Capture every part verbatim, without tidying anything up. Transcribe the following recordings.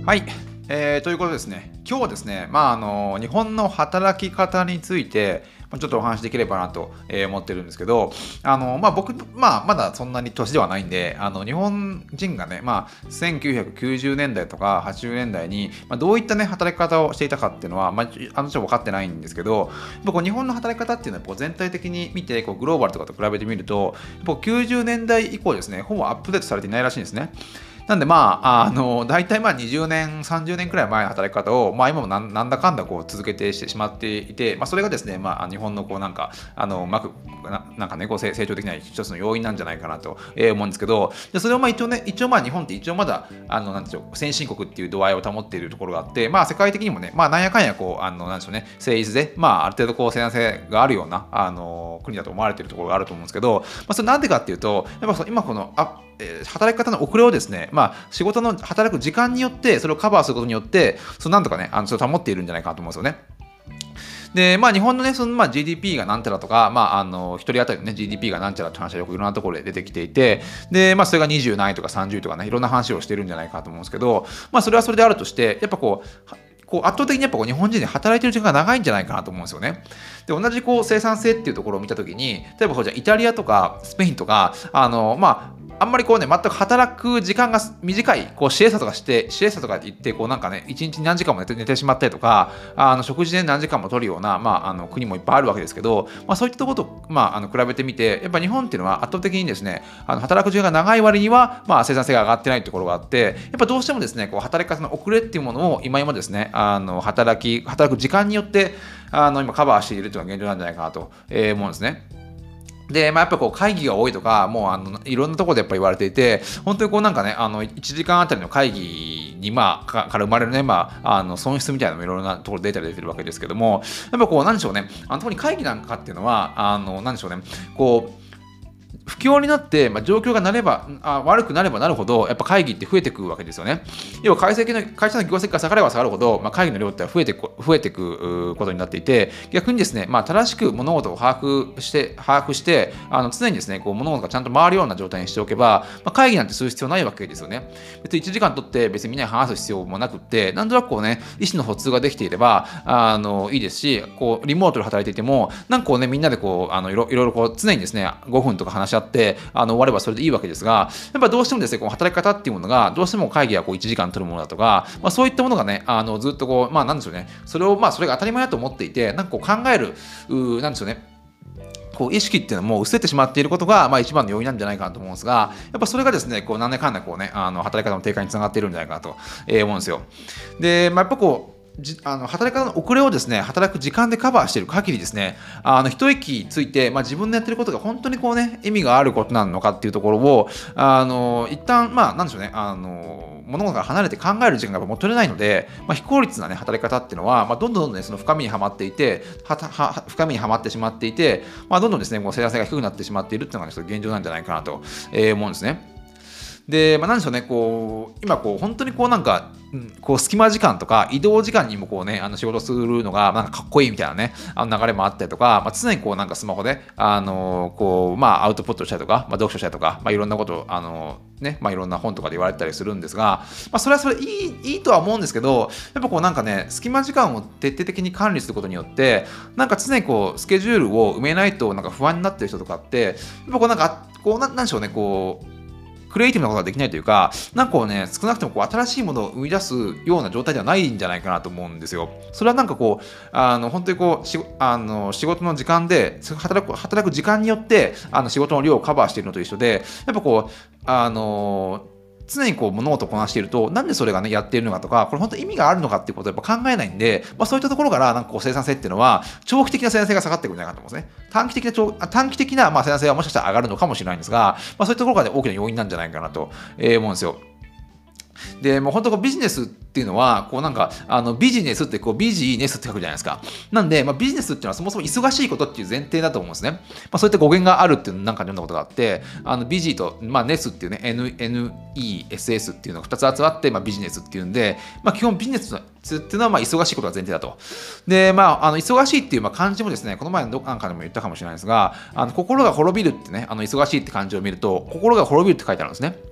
はい、えーということですね、今日はですね、まあ、あの日本の働き方について、まあちょっとお話しできればなとえー思ってるんですけど、あのまあ、僕、まあ、まだそんなに年ではないんで、あの日本人がね、まあ、せんきゅうひゃくきゅうじゅうねんだいとかはちじゅうねんだいに、まあ、どういった、ね、働き方をしていたかっていうのは、まあ、あのちょっと分かってないんですけど、やっぱこう日本の働き方っていうのはこう全体的に見て、こうグローバルとかと比べてみると、やっぱきゅうじゅうねんだい以降ですね、ほぼアップデートされていないらしいんですね。なんでまあ、あの、大体まあにじゅうねん、さんじゅうねんくらい前の働き方を、まあ今もなんなんだかんだこう続けてしてしまっていて、まあそれがですね、まあ日本のこうなんか、あの、うまく、ななんかね、こう成成長できない一つの要因なんじゃないかなとえー思うんですけど、でそれをまあ一応ね、一応まあ日本って一応まだ、あの、なんでしょう、先進国っていう度合いを保っているところがあって、まあ世界的にもね、まあなんやかんやこう、あの、なんでしょうね、誠実で、まあある程度こう生産性があるような、あの、国だと思われているところがあると思うんですけど、まあそれなんでかっていうと、やっぱその今この、あえー働き方の遅れをですね、まあ、仕事の働く時間によって、それをカバーすることによって、そのなんとかね、あのそれを保っているんじゃないかなと思うんですよね。で、まあ、日本のね、そのまあ ジーディーピー がなんちゃらとか、まあ、あの、一人当たりのね、ジーディーピー がなんちゃらって話はよくいろんなところで出てきていて、で、まあ、それがにじゅう何位とかさんじゅうとかね、いろんな話をしてるんじゃないかなと思うんですけど、まあ、それはそれであるとして、やっぱこう、こう圧倒的にやっぱこう日本人で働いてる時間が長いんじゃないかなと思うんですよね。で、同じこう生産性っていうところを見たときに、例えばこうじゃあイタリアとかスペインとか、あの、まあ、あんまりこうね、全く働く時間が短い、こうシエスタとかして、シエスタとか言って、こうなんかね、一日に何時間も寝て寝てしまったりとか、あの食事で何時間も取るような、まあ、あの国もいっぱいあるわけですけど、まあ、そういったところと、まあ、あの比べてみて、やっぱ日本っていうのは圧倒的にですね、あの働く時間が長い割には、まあ、生産性が上がってないところがあって、やっぱどうしてもですね、こう働き方の遅れっていうものを今今ですね、あの働き、働く時間によって、あの今カバーしているというのが現状なんじゃないかなとえー思うんですね。で、まあ、やっぱこう会議が多いとか、もうあのいろんなところでやっぱ言われていて、本当にこうなんかね、あのいちじかんあたりの会議に、まあ、かから生まれるね、まあ、あの損失みたいなのもいろいろなところでデータで出てるわけですけども、やっぱこう、なんでしょうね、あの特に会議なんかっていうのは、あのなんでしょうね、こう、不況になって、まあ、状況がなればあ悪くなればなるほど、やっぱ会議って増えていくわけですよね。要は会社の会社の業績が下がれば下がるほど、まあ、会議の量って増えていく増えていくことになっていて、逆にですね、まあ、正しく物事を把握して把握してあの常にですね、こう物事がちゃんと回るような状態にしておけば、まあ、会議なんてする必要ないわけですよね。別にいちじかん取って別にみんなに話す必要もなくって、なんとなくこうね、意思の疎通ができていればあのいいですし、こうリモートで働いていても、なんかこうね、みんなでこうあのいろいろいろこう常にですね、ごふんとか話し合ってあの終わればそれでいいわけですが、やっぱどうしてもですね、こう働き方っていうものが、どうしても会議がこういちじかん取るものだとか、まあ、そういったものがね、あのずっとこう、まあなんでしょうね、それを、まあそれが当たり前だと思っていて、なんかこう考える、うなんでしょうね、こう意識っていうのも薄れてしまっていることが、まあ、一番の要因なんじゃないかなと思うんですが、やっぱそれがですね、こうなんだかんだこうね、あの働き方の低下につながっているんじゃないかなとえー思うんですよ。で、まあ、やっぱこう、じあの働き方の遅れをですね、働く時間でカバーしている限りですね、あの一息ついて、まあ、自分のやってることが本当にこうね、意味があることなのかっていうところを、あの一旦、まあ、なんでしょうね、あの物事から離れて考える時間がもう取れないので、まあ、非効率な、ね、働き方っていうのは、まあ、どんどんどんどん、ね、その深みにはまっていて、はは深みにはまってしまっていて、まあ、どんどんですね、もう生産性が低くなってしまっているっていうのが、ね、ちょっと現状なんじゃないかなと、えー思うんですね。で、まあ、なんでしょうね、こう、今こう、本当にこうなんか、うん、こう隙間時間とか移動時間にもこうね、あの仕事するのがなんかかっこいいみたいなね、あの流れもあったりとか、まあ、常にこうなんかスマホで、あのーこう、まあアウトプットしたりとか、まあ、読書したりとか、まあいろんなことを、あのーね、まあいろんな本とかで言われたりするんですが、まあそれはそれいい、いいとは思うんですけど、やっぱこうなんかね、隙間時間を徹底的に管理することによって、なんか常にこうスケジュールを埋めないとなんか不安になってる人とかって、やっぱこうなんか、こうな、なんでしょうね、こう、クリエイティブなことができないというか、なんかこうね、少なくともこう新しいものを生み出すような状態ではないんじゃないかなと思うんですよ。それはなんかこう、あの本当にこうしあの仕事の時間で働く、働く時間によってあの仕事の量をカバーしているのと一緒で、やっぱこう、あの常にこう物事をこなしていると、なんでそれがね、やっているのかとか、これ本当に意味があるのかっていうことをやっぱ考えないんで、まあ、そういったところから、なんかこう生産性っていうのは、長期的な生産性が下がっていくんじゃないかと思うんですね。短期的な長、短期的なまあ生産性はもしかしたら上がるのかもしれないんですが、まあ、そういったところが、ね、大きな要因なんじゃないかなと思うんですよ。で、もう本当こうビジネスっていうのは、こうなんか、あのビジネスってこうビジネスって書くじゃないですか。なんで、まあ、ビジネスっていうのはそもそも忙しいことっていう前提だと思うんですね。まあ、そういった語源があるっていうのをなんか読んだことがあって、あのビジと、まあ、ネスっていうね、N、エヌイーエスエス っていうのがふたつ集まって、まあ、ビジネスっていうんで、まあ、基本ビジネスっていうのはまあ忙しいことが前提だと。で、まあ、あの忙しいっていうまあ漢字もですね、この前のどっかでも言ったかもしれないですが、あの心が滅びるってね、あの忙しいって漢字を見ると、心が滅びるって書いてあるんですね。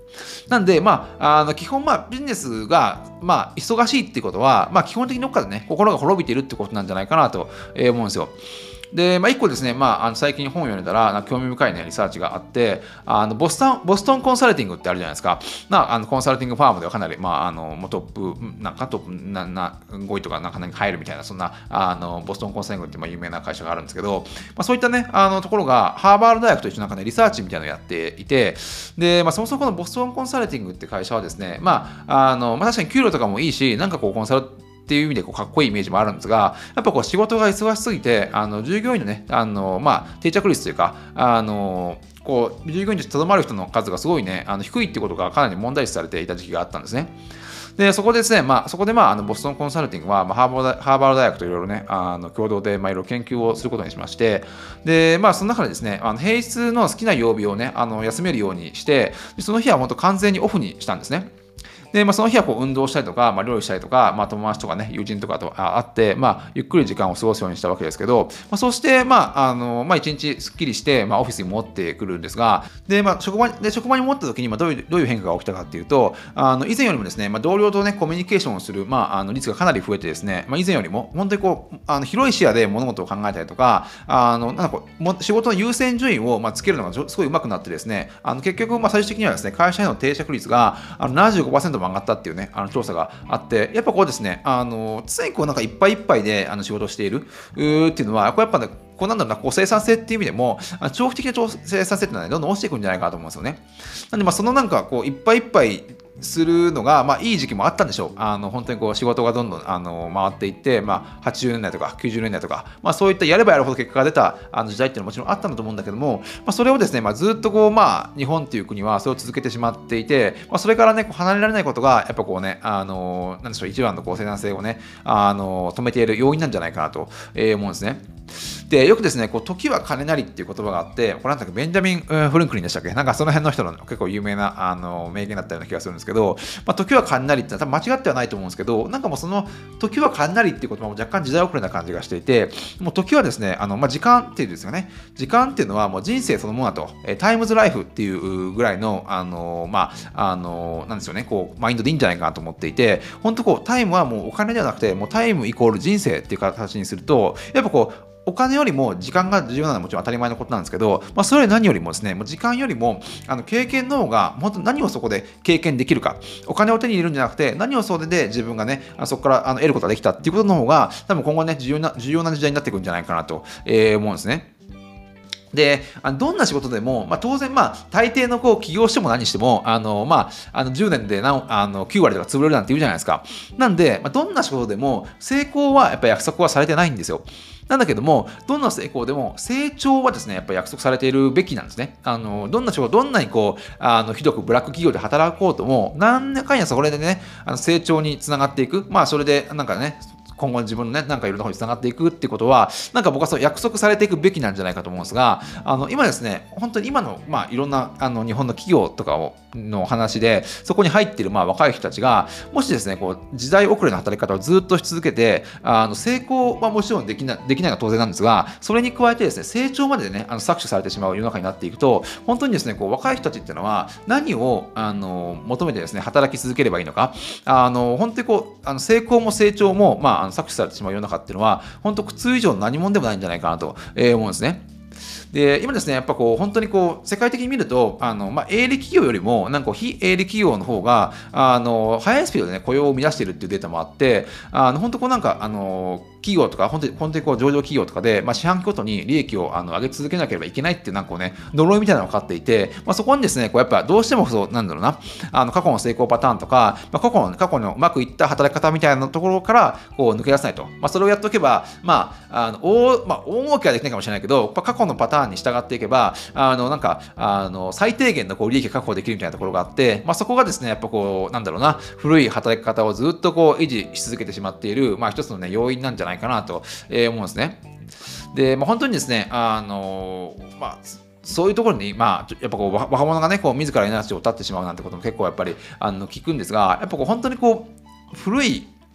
なんで、まあ、あの基本、まあ、ビジネスが、まあ、忙しいっていうことは、まあ、基本的にどっかでね、心が滅びているってことなんじゃないかなと思うんですよ。で、まあ、一個ですね、まあ、あの最近本を読んでたら、なんか興味深いね、リサーチがあって、あのボストン、ボストンコンサルティングってあるじゃないですか。なあのコンサルティングファームではかなり、まあ、あのもうトップ、なんかトップななごいとか、なんか何入るみたいな、そんな、あのボストンコンサルティングってまあ有名な会社があるんですけど、まあ、そういったね、あのところが、ハーバード大学と一緒なんかね、リサーチみたいなのをやっていて、で、まあ、そもそもこのボストンコンサルティングって会社はですね、まあ、あの、まあ、確かに給料とかもいいし、なんかこう、コンサルっていう意味でこうかっこいいイメージもあるんですが、やっぱこう仕事が忙しすぎて、あの従業員のね、あのまあ、定着率というか、あのこう従業員としてとどまる人の数がすごいね、あの低いってことがかなり問題視されていた時期があったんですね。で、そこでですね、まあ、そこで、まあ、あのボストンコンサルティングは、まあ、ハーバードハーバード大学といろいろね、あの共同で、まあ、いろいろ研究をすることにしまして、で、まあ、その中でですね、あの平日の好きな曜日をね、あの休めるようにして、その日は本当完全にオフにしたんですね。で、まあ、その日はこう運動したりとか、まあ、料理したりとか、まあ、友達とかね、友人とかと会って、まあ、ゆっくり時間を過ごすようにしたわけですけど、まあ、そして、まあ、あの、まあ、一日すっきりして、まあ、オフィスに戻ってくるんですが、で、まあ、職場で、職場に戻った時に、まあ、どういう、どういう変化が起きたかっていうと、あの、以前よりもですね、まあ、同僚とね、コミュニケーションをする、まあ、あの、率がかなり増えてですね、まあ、以前よりも、本当にこう、あの、広い視野で物事を考えたりとか、あの、なんかこう、も仕事の優先順位を、まあ、つけるのがすごい上手くなってですね、あの、結局、まあ、最終的にはですね、会社への定着率が、あの、ななじゅうごパーセントも上がったっていうね、あの調査があって、やっぱこうですね、あの常にこうなんかいっぱいいっぱいであの仕事をしているっていうのは、こうやっぱね、こうなんだろうな、こう生産性っていう意味でも、長期的な生産性っていうのは、ね、どんどん落ちていくんじゃないかなと思うんですよね。なんで、まあそのなんかこういっぱいいっぱいするのが、まあ、いい時期もあったんでしょう。あの本当にこう仕事がどんどんあの回っていって、まあ、はちじゅうねんだいとかきゅうじゅうねんだいとか、まあ、そういったやればやるほど結果が出たあの時代っていうのはもちろんあったんだと思うんだけども、まあ、それをですね、まあ、ずっとこう、まあ、日本っていう国はそれを続けてしまっていて、まあ、それからね、こう離れられないことが、やっぱこうね、あのなんでしょう、一番のこう生産性をね、あの止めている要因なんじゃないかなと思うんですね。で、よくですね、こう時は金なりっていう言葉があって、これなんだっけ、ベンジャミン・フルンクリンでしたっけ、なんかその辺の人の結構有名なあの名言だったような気がするんですけど、まあ、時は金なりってのは多分間違ってはないと思うんですけど、なんかもうその時は金なりっていう言葉も若干時代遅れな感じがしていて、もう時はですね、あのまあ、時間っていうんですよね、時間っていうのはもう人生そのものだと、タイムズライフっていうぐらいの、あのまあ、あのなんですよね、こうマインドでいいんじゃないかなと思っていて、本当こうタイムはもうお金ではなくて、もうタイムイコール人生っていう形にすると、やっぱこうお金よりも時間が重要なのはもちろん当たり前のことなんですけど、まあ、それより何よりもですね、もう時間よりもあの経験の方が、本当に何をそこで経験できるか、お金を手に入れるんじゃなくて、何をそれで自分がね、あそこからあの得ることができたっていうことの方が、多分今後ね、重要な、重要な時代になってくるんじゃないかなと、えー思うんですね。で、あのどんな仕事でも、まあ、当然、まあ、大抵のこう起業しても何しても、あのまあ、あのじゅうねんでなあのきゅう割とか潰れるなんて言うじゃないですか。なんで、まあ、どんな仕事でも成功はやっぱり約束はされてないんですよ。なんだけども、どんな成功でも成長はですね、やっぱり約束されているべきなんですね。あのどんな仕事、どんなにこう、あのひどくブラック企業で働こうとも、何やかんやそれでね、あの成長につながっていく。まあ、それで、なんかね、今後自分のね、なんかいろんな方につながっていくっていうことは、なんか僕はそう約束されていくべきなんじゃないかと思うんですが、あの今ですね、本当に今の、まあ、いろんなあの日本の企業とかをの話で、そこに入っているまあ若い人たちが、もしですね、こう時代遅れの働き方をずっとし続けて、あの成功はもちろんできなできないのは当然なんですが、それに加えてですね、成長までね、あの搾取されてしまう世の中になっていくと、本当にですね、こう若い人たちっていうのは、何をあの求めてですね、働き続ければいいのか、あの本当にこうあの成功も成長も、まあ、あの搾取されてしまう世の中っていうのは、本当苦痛以上の何者でもないんじゃないかなと思うんですね。で、今ですね、やっぱこう、本当にこう、世界的に見ると、あの、まあ、営利企業よりも、なんか非営利企業の方が、あの、速いスピードでね、雇用を生み出しているっていうデータもあって、あの、本当こうなんか、あの、企業とか、本当に、本当にこう上場企業とかで、まあ、四半期ごとに利益をあの上げ続けなければいけないっていう、なんかこうね、呪いみたいなのが分かっていて、まあ、そこにですね、こうやっぱどうしてもそう、なんだろうな、あの過去の成功パターンとか、まあ、過去の、過去のうまくいった働き方みたいなところから、こう抜け出せないと。まあ、それをやっておけば、まあ、あの大、まあ、大儲けはできないかもしれないけど、過去のパターンに従っていけば、あの、なんか、あの、最低限のこう利益が確保できるみたいなところがあって、まあ、そこがですね、やっぱこう、なんだろうな、古い働き方をずっとこう維持し続けてしまっている、まあ、一つのね、要因なんじゃないかなと。えー、思うんですね。で、まあ、本当にですね、あのまあ、そういうところに、まあ、やっぱこう若者がね、こう自ら命を絶ってしまうなんてことも結構やっぱりあの聞くんですが、やっぱこう本当にこう古い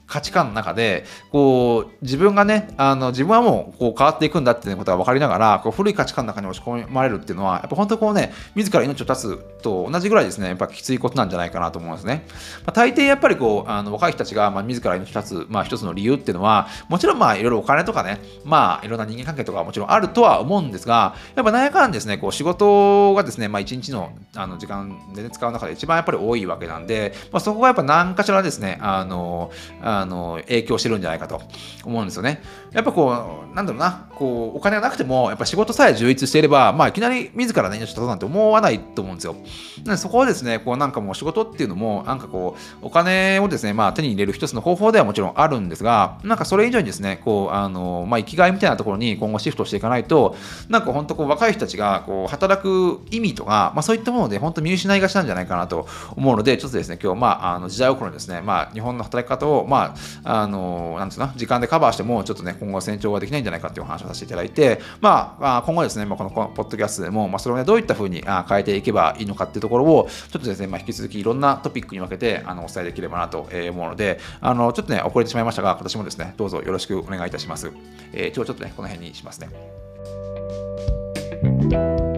価値観の中で、こう、自分がね、あの、自分はもう、こう、変わっていくんだっていうことが分かりながら、こう、古い価値観の中に押し込まれるっていうのは、やっぱ本当こうね、自ら命を絶つと同じぐらいですね、やっぱきついことなんじゃないかなと思うんですね。まあ、大抵やっぱりこう、あの、若い人たちが、まあ、自ら命を絶つ、まあ、一つの理由っていうのは、もちろんまあ、いろいろお金とかね、まあ、いろんな人間関係とかはもちろんあるとは思うんですが、やっぱなんやかんですね、こう、仕事がですね、まあ、一日の、あの、時間で、ね、使う中で一番やっぱり多いわけなんで、まあ、そこがやっぱ何かしらですね、あの、あの、影響してるんじゃないかと思うんですよね。やっぱこう、なんだろうな、こう、お金がなくても、やっぱ仕事さえ充実していれば、まあ、いきなり自らね、命を絶とうなんて思わないと思うんですよ。なのでそこはですね、こう、なんかもう仕事っていうのも、なんかこう、お金をですね、まあ、手に入れる一つの方法ではもちろんあるんですが、なんかそれ以上にですね、こう、あの、まあ、生きがいみたいなところに今後シフトしていかないと、なんか本当こう、若い人たちが、こう、働く意味とか、まあ、そういったもので、本当見失いがちなんじゃないかなと思うので、ちょっとですね、今日、まあ、あの時代遅れのですね、まあ、日本の働き方を、まあ、あの、なんつうの、時間でカバーしても、ちょっとね、今後成長ができないんじゃないかっていうお話をさせていただいて、まあ、今後ですね、まあ、このポッドキャストでも、まあ、それをね、どういった風に変えていけばいいのかっていうところを、ちょっとですね、まあ、引き続きいろんなトピックに分けて、あの、お伝えできればなと思うので、あの、ちょっとね、遅れてしまいましたが、今年もですね、どうぞよろしくお願いいたします。えー、今日ちょっとね、この辺にしますね。